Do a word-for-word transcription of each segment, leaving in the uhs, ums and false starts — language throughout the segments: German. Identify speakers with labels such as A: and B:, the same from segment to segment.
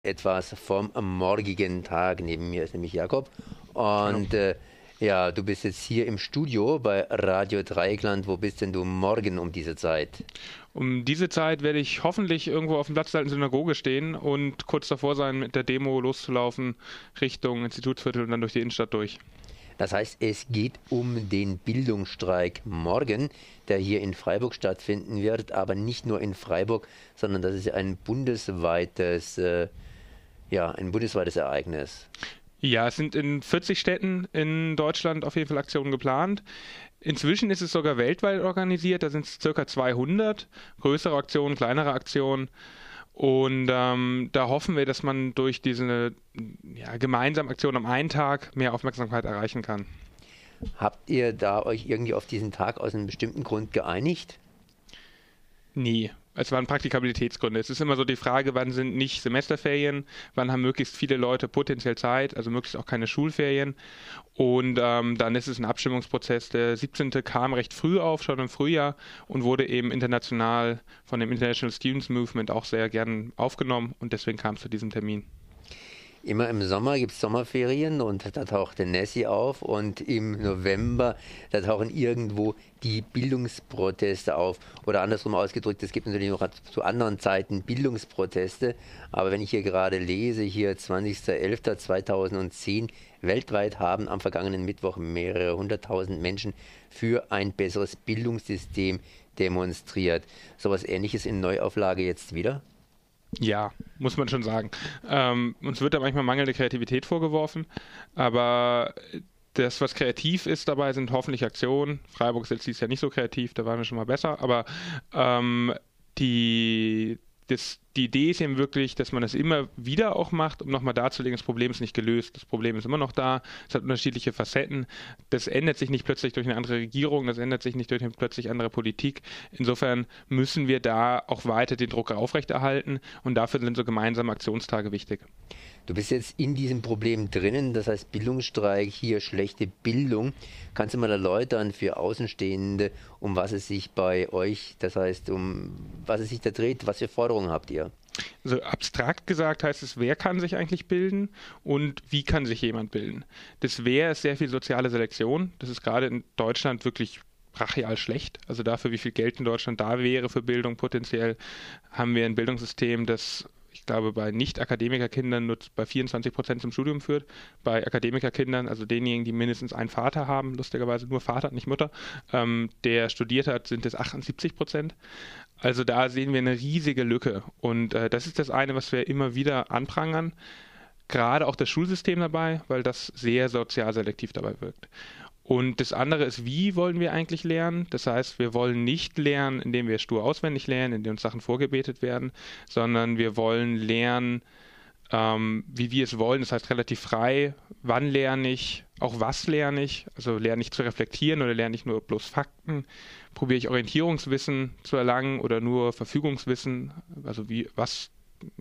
A: etwas vom morgigen Tag. Neben mir ist nämlich Jakob.
B: Hallo.
A: Und äh, ja, du bist jetzt hier im Studio bei Radio Dreieckland. Wo bist denn du morgen um diese Zeit?
B: Um diese Zeit werde ich hoffentlich irgendwo auf dem Platz der alten Synagoge stehen und kurz davor sein, mit der Demo loszulaufen Richtung Institutsviertel und dann durch die Innenstadt durch.
A: Das heißt, es geht um den Bildungsstreik morgen, der hier in Freiburg stattfinden wird, aber nicht nur in Freiburg, sondern das ist ein bundesweites, äh, ja, ein bundesweites Ereignis.
B: Ja, es sind in vierzig Städten in Deutschland auf jeden Fall Aktionen geplant. Inzwischen ist es sogar weltweit organisiert, da sind es circa zweihundert, größere Aktionen, kleinere Aktionen. Und ähm, da hoffen wir, dass man durch diese ja, gemeinsame Aktion am einen Tag mehr Aufmerksamkeit erreichen kann.
A: Habt ihr da euch irgendwie auf diesen Tag aus einem bestimmten Grund geeinigt?
B: Nie. Es waren Praktikabilitätsgründe. Es ist immer so die Frage, wann sind nicht Semesterferien, wann haben möglichst viele Leute potenziell Zeit, also möglichst auch keine Schulferien. Und ähm, dann ist es ein Abstimmungsprozess. Der siebzehnte kam recht früh auf, schon im Frühjahr, und wurde eben international von dem International Students Movement auch sehr gern aufgenommen, und deswegen kam es zu diesem Termin.
A: Immer im Sommer gibt es Sommerferien und da taucht der Nessie auf und im November, da tauchen irgendwo die Bildungsproteste auf. Oder andersrum ausgedrückt, es gibt natürlich noch zu anderen Zeiten Bildungsproteste, aber wenn ich hier gerade lese, hier zwanzigster elfter zweitausendzehn, weltweit haben am vergangenen Mittwoch mehrere hunderttausend Menschen für ein besseres Bildungssystem demonstriert. Sowas Ähnliches in Neuauflage jetzt wieder?
B: Ja, muss man schon sagen. Ähm, uns wird da manchmal mangelnde Kreativität vorgeworfen, aber das, was kreativ ist dabei, sind hoffentlich Aktionen. Freiburg ist jetzt dieses Jahr nicht so kreativ, da waren wir schon mal besser, aber ähm, die, das, die Idee ist eben wirklich, dass man das immer wieder auch macht, um nochmal darzulegen, das Problem ist nicht gelöst, das Problem ist immer noch da, es hat unterschiedliche Facetten, das ändert sich nicht plötzlich durch eine andere Regierung, das ändert sich nicht durch eine plötzlich andere Politik. Insofern müssen wir da auch weiter den Druck aufrechterhalten, und dafür sind so gemeinsame Aktionstage wichtig.
A: Du bist jetzt in diesem Problem drinnen, das heißt Bildungsstreik, hier schlechte Bildung. Kannst du mal erläutern für Außenstehende, um was es sich bei euch, das heißt, um was es sich da dreht, was für Forderungen habt ihr?
B: Also abstrakt gesagt heißt es, wer kann sich eigentlich bilden und wie kann sich jemand bilden? Das Wer ist sehr viel soziale Selektion. Das ist gerade in Deutschland wirklich brachial schlecht. Also dafür, wie viel Geld in Deutschland da wäre für Bildung potenziell, haben wir ein Bildungssystem, das, ich glaube, bei Nicht-Akademikerkindern nur bei vierundzwanzig Prozent zum Studium führt. Bei Akademikerkindern, also denjenigen, die mindestens einen Vater haben, lustigerweise nur Vater, nicht Mutter, ähm, der studiert hat, sind es achtundsiebzig Prozent. Also da sehen wir eine riesige Lücke. Und äh, das ist das eine, was wir immer wieder anprangern. Gerade auch das Schulsystem dabei, weil das sehr sozial selektiv dabei wirkt. Und das andere ist, wie wollen wir eigentlich lernen? Das heißt, wir wollen nicht lernen, indem wir stur auswendig lernen, indem uns Sachen vorgebetet werden, sondern wir wollen lernen, ähm, wie wir es wollen. Das heißt, relativ frei. Wann lerne ich? Auch was lerne ich? Also lerne ich zu reflektieren oder lerne ich nur bloß Fakten? Probiere ich Orientierungswissen zu erlangen oder nur Verfügungswissen? Also wie, was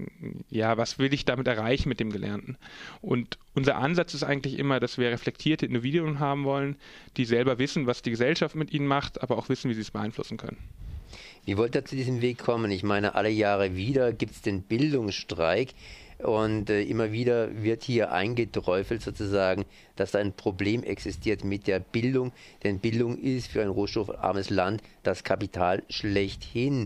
B: ja, was will ich damit erreichen mit dem Gelernten? Und unser Ansatz ist eigentlich immer, dass wir reflektierte Individuen haben wollen, die selber wissen, was die Gesellschaft mit ihnen macht, aber auch wissen, wie sie es beeinflussen können.
A: Wie wollt ihr zu diesem Weg kommen? Ich meine, alle Jahre wieder gibt es den Bildungsstreik und äh, immer wieder wird hier eingeträufelt sozusagen, dass da ein Problem existiert mit der Bildung, denn Bildung ist für ein rohstoffarmes Land das Kapital schlechthin.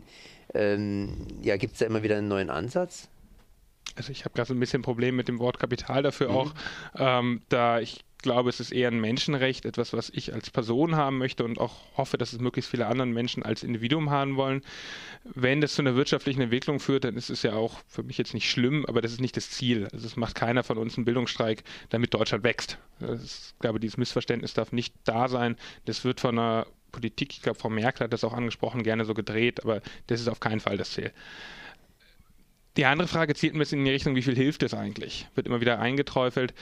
A: Ähm, ja, gibt es da immer wieder einen neuen Ansatz?
B: Also ich habe gerade so ein bisschen ein Problem mit dem Wort Kapital dafür
A: Mhm.
B: auch, ähm, da ich glaube, es ist eher ein Menschenrecht, etwas, was ich als Person haben möchte und auch hoffe, dass es möglichst viele andere Menschen als Individuum haben wollen. Wenn das zu einer wirtschaftlichen Entwicklung führt, dann ist es ja auch für mich jetzt nicht schlimm, aber das ist nicht das Ziel. Also es macht keiner von uns einen Bildungsstreik, damit Deutschland wächst. Das ist, ich glaube, dieses Missverständnis darf nicht da sein. Das wird von einer Politik, ich glaube, Frau Merkel hat das auch angesprochen, gerne so gedreht, aber das ist auf keinen Fall das Ziel. Die andere Frage zielt ein bisschen in die Richtung, wie viel hilft es eigentlich? Wird immer wieder eingeträufelt.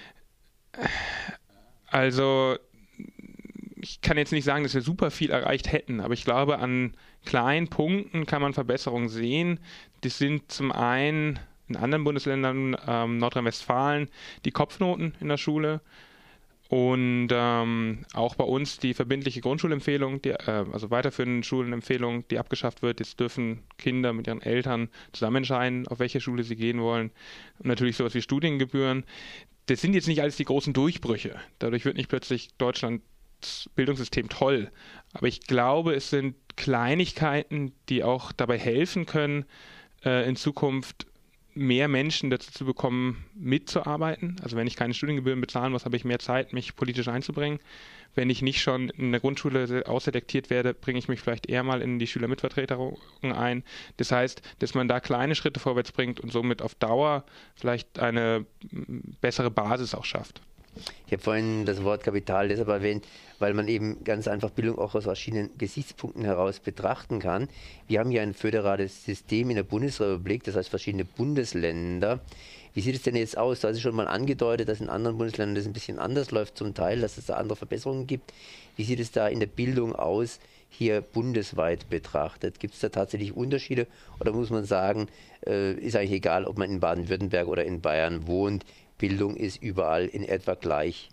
B: Also, ich kann jetzt nicht sagen, dass wir super viel erreicht hätten, aber ich glaube, an kleinen Punkten kann man Verbesserungen sehen. Das sind zum einen in anderen Bundesländern, ähm, Nordrhein-Westfalen, die Kopfnoten in der Schule. Und ähm, auch bei uns die verbindliche Grundschulempfehlung, die, äh, also weiterführende Schulenempfehlung, die abgeschafft wird. Jetzt dürfen Kinder mit ihren Eltern zusammen entscheiden, auf welche Schule sie gehen wollen. Und natürlich sowas wie Studiengebühren. Das sind jetzt nicht alles die großen Durchbrüche. Dadurch wird nicht plötzlich Deutschlands Bildungssystem toll. Aber ich glaube, es sind Kleinigkeiten, die auch dabei helfen können, äh, in Zukunft mehr Menschen dazu zu bekommen, mitzuarbeiten. Also wenn ich keine Studiengebühren bezahlen muss, habe ich mehr Zeit, mich politisch einzubringen. Wenn ich nicht schon in der Grundschule ausselektiert werde, bringe ich mich vielleicht eher mal in die Schülermitvertreterung ein. Das heißt, dass man da kleine Schritte vorwärts bringt und somit auf Dauer vielleicht eine bessere Basis auch schafft.
A: Ich habe vorhin das Wort Kapital deshalb erwähnt, weil man eben ganz einfach Bildung auch aus verschiedenen Gesichtspunkten heraus betrachten kann. Wir haben hier ein föderales System in der Bundesrepublik, das heißt verschiedene Bundesländer. Wie sieht es denn jetzt aus? Da ist schon mal angedeutet, dass in anderen Bundesländern das ein bisschen anders läuft zum Teil, dass es da andere Verbesserungen gibt. Wie sieht es da in der Bildung aus, hier bundesweit betrachtet? Gibt es da tatsächlich Unterschiede oder muss man sagen, äh, ist eigentlich egal, ob man in Baden-Württemberg oder in Bayern wohnt, Bildung ist überall in etwa gleich?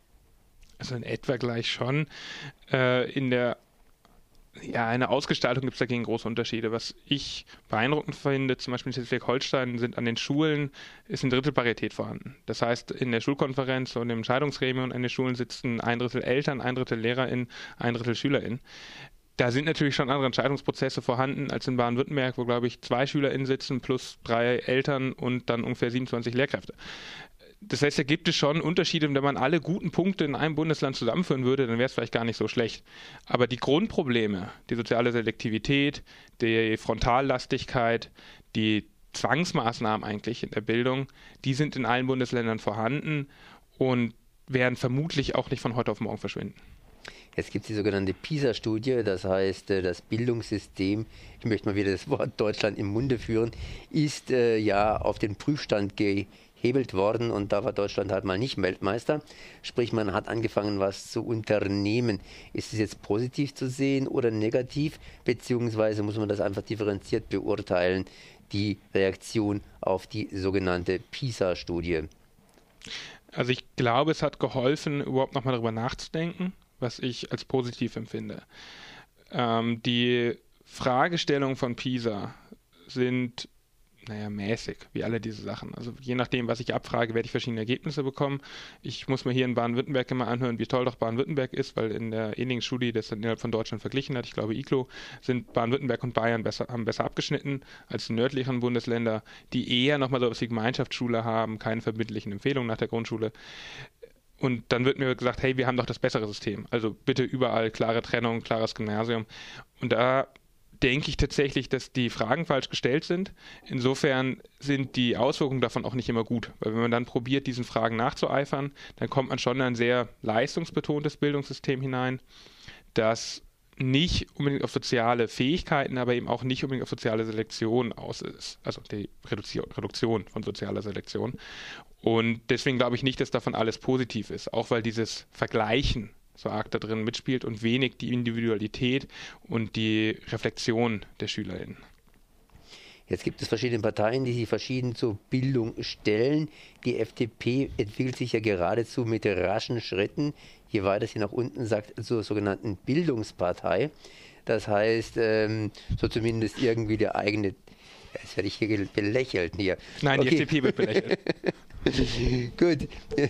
B: Also in etwa gleich schon. Äh, in der Ja, in der Ausgestaltung gibt es dagegen große Unterschiede. Was ich beeindruckend finde, zum Beispiel in Schleswig-Holstein, sind an den Schulen ist eine Drittelparität vorhanden. Das heißt, in der Schulkonferenz und im Entscheidungsgremium an den Schulen sitzen ein Drittel Eltern, ein Drittel LehrerInnen, ein Drittel SchülerInnen. Da sind natürlich schon andere Entscheidungsprozesse vorhanden als in Baden-Württemberg, wo, glaube ich, zwei SchülerInnen sitzen plus drei Eltern und dann ungefähr siebenundzwanzig Lehrkräfte. Das heißt, da gibt es schon Unterschiede. Wenn man alle guten Punkte in einem Bundesland zusammenführen würde, dann wäre es vielleicht gar nicht so schlecht. Aber die Grundprobleme, die soziale Selektivität, die Frontallastigkeit, die Zwangsmaßnahmen eigentlich in der Bildung, die sind in allen Bundesländern vorhanden und werden vermutlich auch nicht von heute auf morgen verschwinden.
A: Jetzt gibt es die sogenannte PISA-Studie, das heißt, das Bildungssystem, ich möchte mal wieder das Wort Deutschland im Munde führen, ist äh, ja auf den Prüfstand gehebelt worden und da war Deutschland halt mal nicht Weltmeister. Sprich, man hat angefangen, was zu unternehmen. Ist es jetzt positiv zu sehen oder negativ, beziehungsweise muss man das einfach differenziert beurteilen, die Reaktion auf die sogenannte PISA-Studie?
B: Also ich glaube, es hat geholfen, überhaupt nochmal darüber nachzudenken, was ich als positiv empfinde. Ähm, die Fragestellungen von PISA sind, naja, mäßig, wie alle diese Sachen. Also je nachdem, was ich abfrage, werde ich verschiedene Ergebnisse bekommen. Ich muss mir hier in Baden-Württemberg immer anhören, wie toll doch Baden-Württemberg ist, weil in der ähnlichen Studie, das dann innerhalb von Deutschland verglichen hat, ich glaube I K L O, sind Baden-Württemberg und Bayern besser, haben besser abgeschnitten als die nördlichen Bundesländer, die eher nochmal so etwas wie Gemeinschaftsschule haben, keine verbindlichen Empfehlungen nach der Grundschule. Und dann wird mir gesagt, hey, wir haben doch das bessere System. Also bitte überall klare Trennung, klares Gymnasium. Und da denke ich tatsächlich, dass die Fragen falsch gestellt sind. Insofern sind die Auswirkungen davon auch nicht immer gut. Weil wenn man dann probiert, diesen Fragen nachzueifern, dann kommt man schon in ein sehr leistungsbetontes Bildungssystem hinein, das nicht unbedingt auf soziale Fähigkeiten, aber eben auch nicht unbedingt auf soziale Selektion aus ist. Also die Reduktion von sozialer Selektion. Und deswegen glaube ich nicht, dass davon alles positiv ist. Auch weil dieses Vergleichen so arg da drin mitspielt und wenig die Individualität und die Reflexion der SchülerInnen.
A: Jetzt gibt es verschiedene Parteien, die sich verschieden zur Bildung stellen. Die F D P entwickelt sich ja geradezu mit raschen Schritten, je weiter sie nach unten sagt, zur sogenannten Bildungspartei. Das heißt, ähm, so zumindest irgendwie der eigene, jetzt werde ich hier belächelt hier.
B: Nein, die
A: okay.
B: F D P wird belächelt.
A: Gut.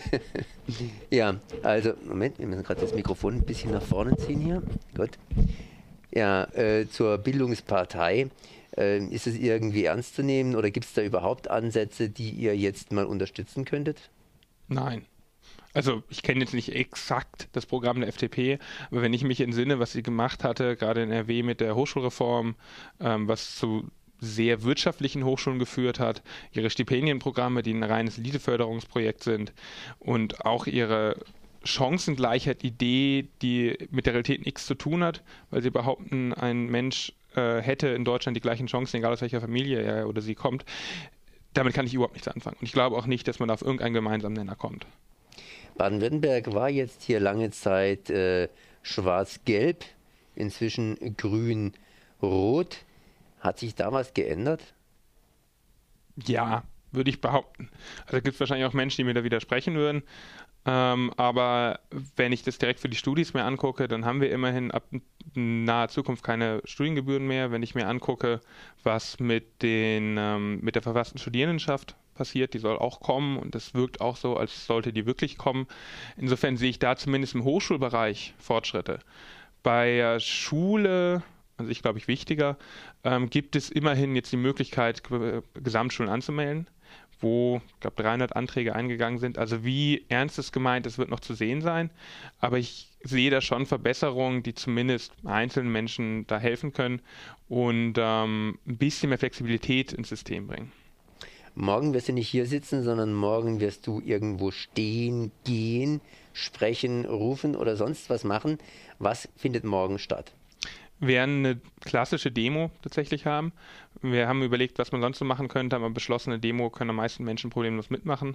A: Ja, also, Moment, wir müssen gerade das Mikrofon ein bisschen nach vorne ziehen hier. Gut. Ja, äh, zur Bildungspartei. Äh, ist es irgendwie ernst zu nehmen oder gibt es da überhaupt Ansätze, die ihr jetzt mal unterstützen könntet?
B: Nein. Also ich kenne jetzt nicht exakt das Programm der F D P, aber wenn ich mich entsinne, was sie gemacht hatte, gerade in R W mit der Hochschulreform, ähm, was zu sehr wirtschaftlichen Hochschulen geführt hat, ihre Stipendienprogramme, die ein reines Eliteförderungsprojekt sind und auch ihre Chancengleichheit-Idee, die mit der Realität nichts zu tun hat, weil sie behaupten, ein Mensch äh, hätte in Deutschland die gleichen Chancen, egal aus welcher Familie er oder sie kommt. Damit kann ich überhaupt nichts anfangen. Und ich glaube auch nicht, dass man auf irgendeinen gemeinsamen Nenner kommt.
A: Baden-Württemberg war jetzt hier lange Zeit äh, schwarz-gelb, inzwischen grün-rot. Hat sich da was geändert?
B: Ja, würde ich behaupten. Also gibt es wahrscheinlich auch Menschen, die mir da widersprechen würden. Ähm, aber wenn ich das direkt für die Studis mir angucke, dann haben wir immerhin ab naher Zukunft keine Studiengebühren mehr. Wenn ich mir angucke, was mit, den, ähm, mit der verfassten Studierendenschaft passiert, die soll auch kommen und es wirkt auch so, als sollte die wirklich kommen. Insofern sehe ich da zumindest im Hochschulbereich Fortschritte. Bei der Schule, also ich glaube ich wichtiger, ähm, gibt es immerhin jetzt die Möglichkeit, G- Gesamtschulen anzumelden, wo, ich glaube, dreihundert Anträge eingegangen sind. Also wie ernst es gemeint ist, wird noch zu sehen sein. Aber ich sehe da schon Verbesserungen, die zumindest einzelnen Menschen da helfen können und ähm, ein bisschen mehr Flexibilität ins System bringen.
A: Morgen wirst du nicht hier sitzen, sondern morgen wirst du irgendwo stehen, gehen, sprechen, rufen oder sonst was machen. Was findet morgen statt?
B: Wir werden eine klassische Demo tatsächlich haben. Wir haben überlegt, was man sonst so machen könnte, haben aber beschlossen, eine Demo können am meisten Menschen problemlos mitmachen,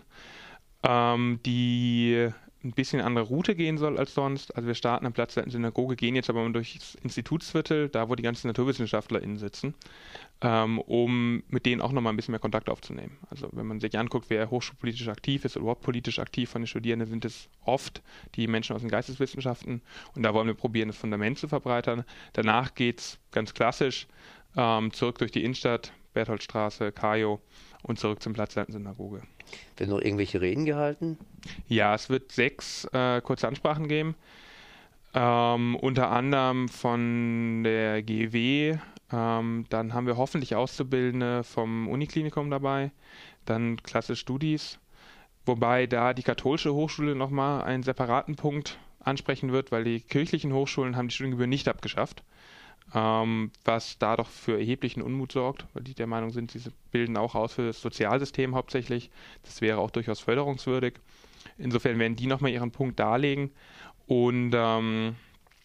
B: ähm, die ein bisschen andere Route gehen soll als sonst. Also wir starten am Platz der Synagoge, gehen jetzt aber mal durchs Institutsviertel, da wo die ganzen NaturwissenschaftlerInnen sitzen, ähm, um mit denen auch nochmal ein bisschen mehr Kontakt aufzunehmen. Also wenn man sich anguckt, wer hochschulpolitisch aktiv ist oder überhaupt politisch aktiv von den Studierenden, sind es oft die Menschen aus den Geisteswissenschaften und da wollen wir probieren, das Fundament zu verbreitern. Danach geht es ganz klassisch ähm, zurück durch die Innenstadt, Bertholdstraße, Kajo und zurück zum Platz der Synagoge.
A: Werden noch irgendwelche Reden gehalten?
B: Ja, es wird sechs äh, kurze Ansprachen geben, ähm, unter anderem von der G E W. Ähm, dann haben wir hoffentlich Auszubildende vom Uniklinikum dabei, dann klasse Studis, wobei da die katholische Hochschule nochmal einen separaten Punkt ansprechen wird, weil die kirchlichen Hochschulen haben die Studiengebühren nicht abgeschafft. Ähm, was da doch für erheblichen Unmut sorgt, weil die der Meinung sind, sie bilden auch aus für das Sozialsystem hauptsächlich. Das wäre auch durchaus förderungswürdig. Insofern werden die nochmal ihren Punkt darlegen. Und ähm,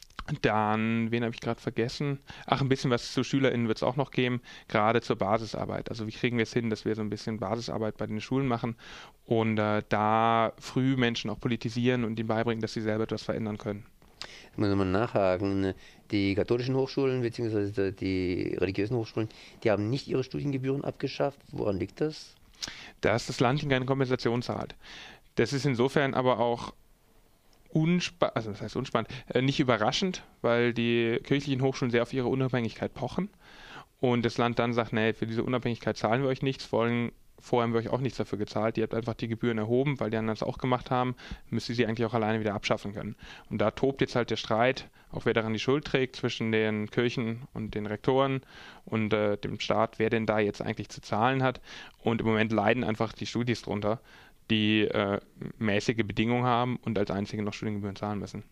B: dann, wen habe ich gerade vergessen? Ach, ein bisschen was zu SchülerInnen wird es auch noch geben, gerade zur Basisarbeit. Also wie kriegen wir es hin, dass wir so ein bisschen Basisarbeit bei den Schulen machen und äh, da früh Menschen auch politisieren und ihnen beibringen, dass sie selber etwas verändern können.
A: Ich muss nochmal nachhaken. Die katholischen Hochschulen bzw. die religiösen Hochschulen, die haben nicht ihre Studiengebühren abgeschafft. Woran liegt das?
B: Dass das Land ihnen keine Kompensation zahlt. Das ist insofern aber auch unspannend, also das heißt unspannend, äh, nicht überraschend, weil die kirchlichen Hochschulen sehr auf ihre Unabhängigkeit pochen und das Land dann sagt, nee, für diese Unabhängigkeit zahlen wir euch nichts, vor allem vorher haben wir euch auch nichts dafür gezahlt, ihr habt einfach die Gebühren erhoben, weil die anderen das auch gemacht haben, müsst ihr sie eigentlich auch alleine wieder abschaffen können. Und da tobt jetzt halt der Streit, auch wer daran die Schuld trägt, zwischen den Kirchen und den Rektoren und äh, dem Staat, wer denn da jetzt eigentlich zu zahlen hat. Und im Moment leiden einfach die Studis drunter, die äh, mäßige Bedingungen haben und als einzige noch Studiengebühren zahlen müssen.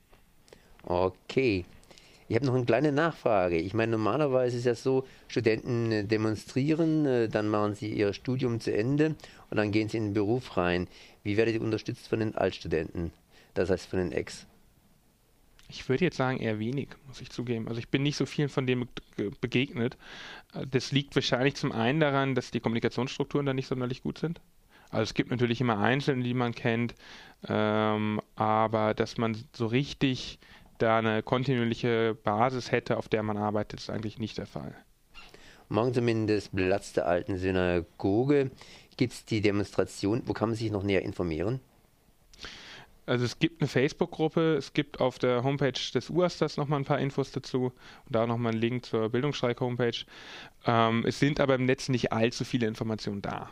A: Okay. Ich habe noch eine kleine Nachfrage. Ich meine, normalerweise ist es so, Studenten demonstrieren, dann machen sie ihr Studium zu Ende und dann gehen sie in den Beruf rein. Wie werdet ihr unterstützt von den Altstudenten, das heißt von den Ex?
B: Ich würde jetzt sagen, eher wenig, muss ich zugeben. Also ich bin nicht so vielen von denen begegnet. Das liegt wahrscheinlich zum einen daran, dass die Kommunikationsstrukturen da nicht sonderlich gut sind. Also es gibt natürlich immer Einzelne, die man kennt, ähm, aber dass man so richtig da eine kontinuierliche Basis hätte, auf der man arbeitet, ist eigentlich nicht der Fall.
A: Morgen zumindest Platz der alten Synagoge. Gibt es die Demonstration? Wo kann man sich noch näher informieren?
B: Also es gibt eine Facebook-Gruppe, es gibt auf der Homepage des U A S T A S nochmal ein paar Infos dazu und da nochmal einen Link zur Bildungsstreik-Homepage. Ähm, es sind aber im Netz nicht allzu viele Informationen da.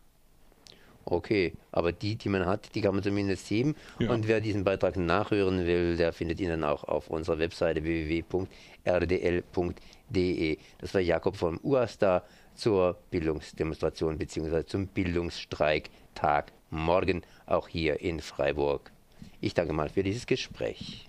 A: Okay, aber die, die man hat, die kann man zumindest sehen. Ja. Und wer diesen Beitrag nachhören will, der findet ihn dann auch auf unserer Webseite w w w punkt r d l punkt d e. Das war Jakob vom U A S T A zur Bildungsdemonstration bzw. zum Bildungsstreiktag morgen, auch hier in Freiburg. Ich danke mal für dieses Gespräch.